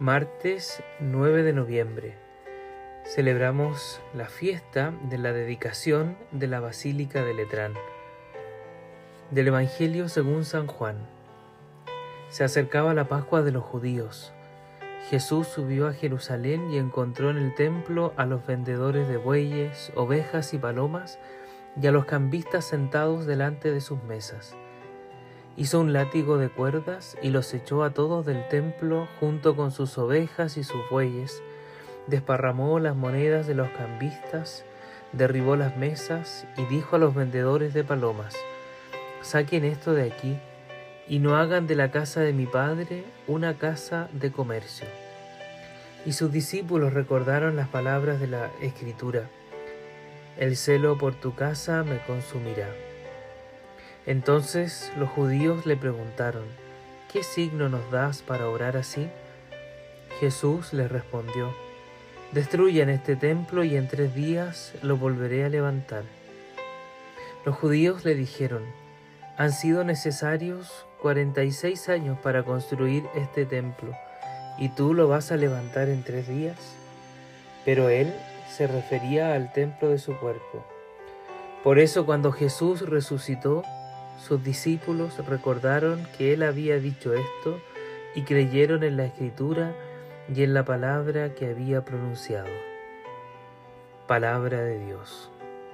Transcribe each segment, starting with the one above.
Martes 9 de noviembre. Celebramos la fiesta de la dedicación de la Basílica de Letrán. Del Evangelio según San Juan. Se acercaba la Pascua de los judíos. Jesús subió a Jerusalén y encontró en el templo a los vendedores de bueyes, ovejas y palomas y a los cambistas sentados delante de sus mesas. Hizo un látigo de cuerdas y los echó a todos del templo junto con sus ovejas y sus bueyes. Desparramó las monedas de los cambistas, derribó las mesas y dijo a los vendedores de palomas: «Saquen esto de aquí y no hagan de la casa de mi Padre una casa de comercio». Y sus discípulos recordaron las palabras de la Escritura: «El celo por tu casa me consumirá». Entonces los judíos le preguntaron: «¿Qué signo nos das para obrar así?». Jesús les respondió: «Destruyan este templo y en 3 días lo volveré a levantar». Los judíos le dijeron: «Han sido necesarios 46 años para construir este templo, ¿y tú lo vas a levantar en 3 días? Pero él se refería al templo de su cuerpo. Por eso cuando Jesús resucitó, sus discípulos recordaron que él había dicho esto y creyeron en la Escritura y en la palabra que había pronunciado. Palabra de Dios.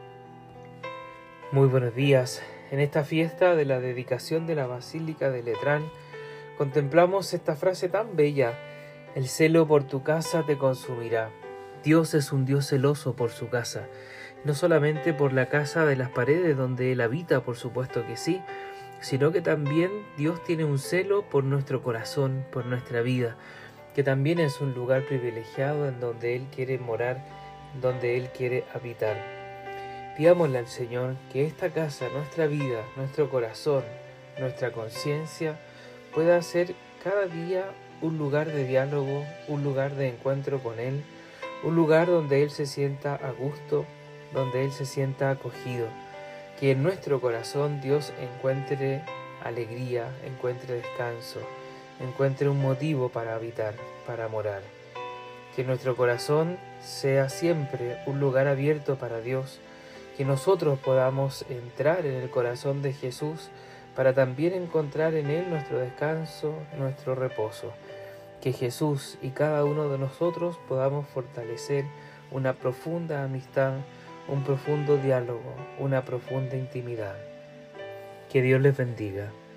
Muy buenos días. En esta fiesta de la dedicación de la Basílica de Letrán, contemplamos esta frase tan bella: «El celo por tu casa te consumirá». Dios es un Dios celoso por su casa, no solamente por la casa de las paredes donde Él habita, por supuesto que sí, sino que también Dios tiene un celo por nuestro corazón, por nuestra vida, que también es un lugar privilegiado en donde Él quiere morar, donde Él quiere habitar. Pidámosle al Señor que esta casa, nuestra vida, nuestro corazón, nuestra conciencia, pueda ser cada día un lugar de diálogo, un lugar de encuentro con Él, un lugar donde Él se sienta a gusto, donde Él se sienta acogido. Que en nuestro corazón Dios encuentre alegría, encuentre descanso, encuentre un motivo para habitar, para morar. Que nuestro corazón sea siempre un lugar abierto para Dios, que nosotros podamos entrar en el corazón de Jesús para también encontrar en Él nuestro descanso, nuestro reposo. Que Jesús y cada uno de nosotros podamos fortalecer una profunda amistad, un profundo diálogo, una profunda intimidad. Que Dios les bendiga.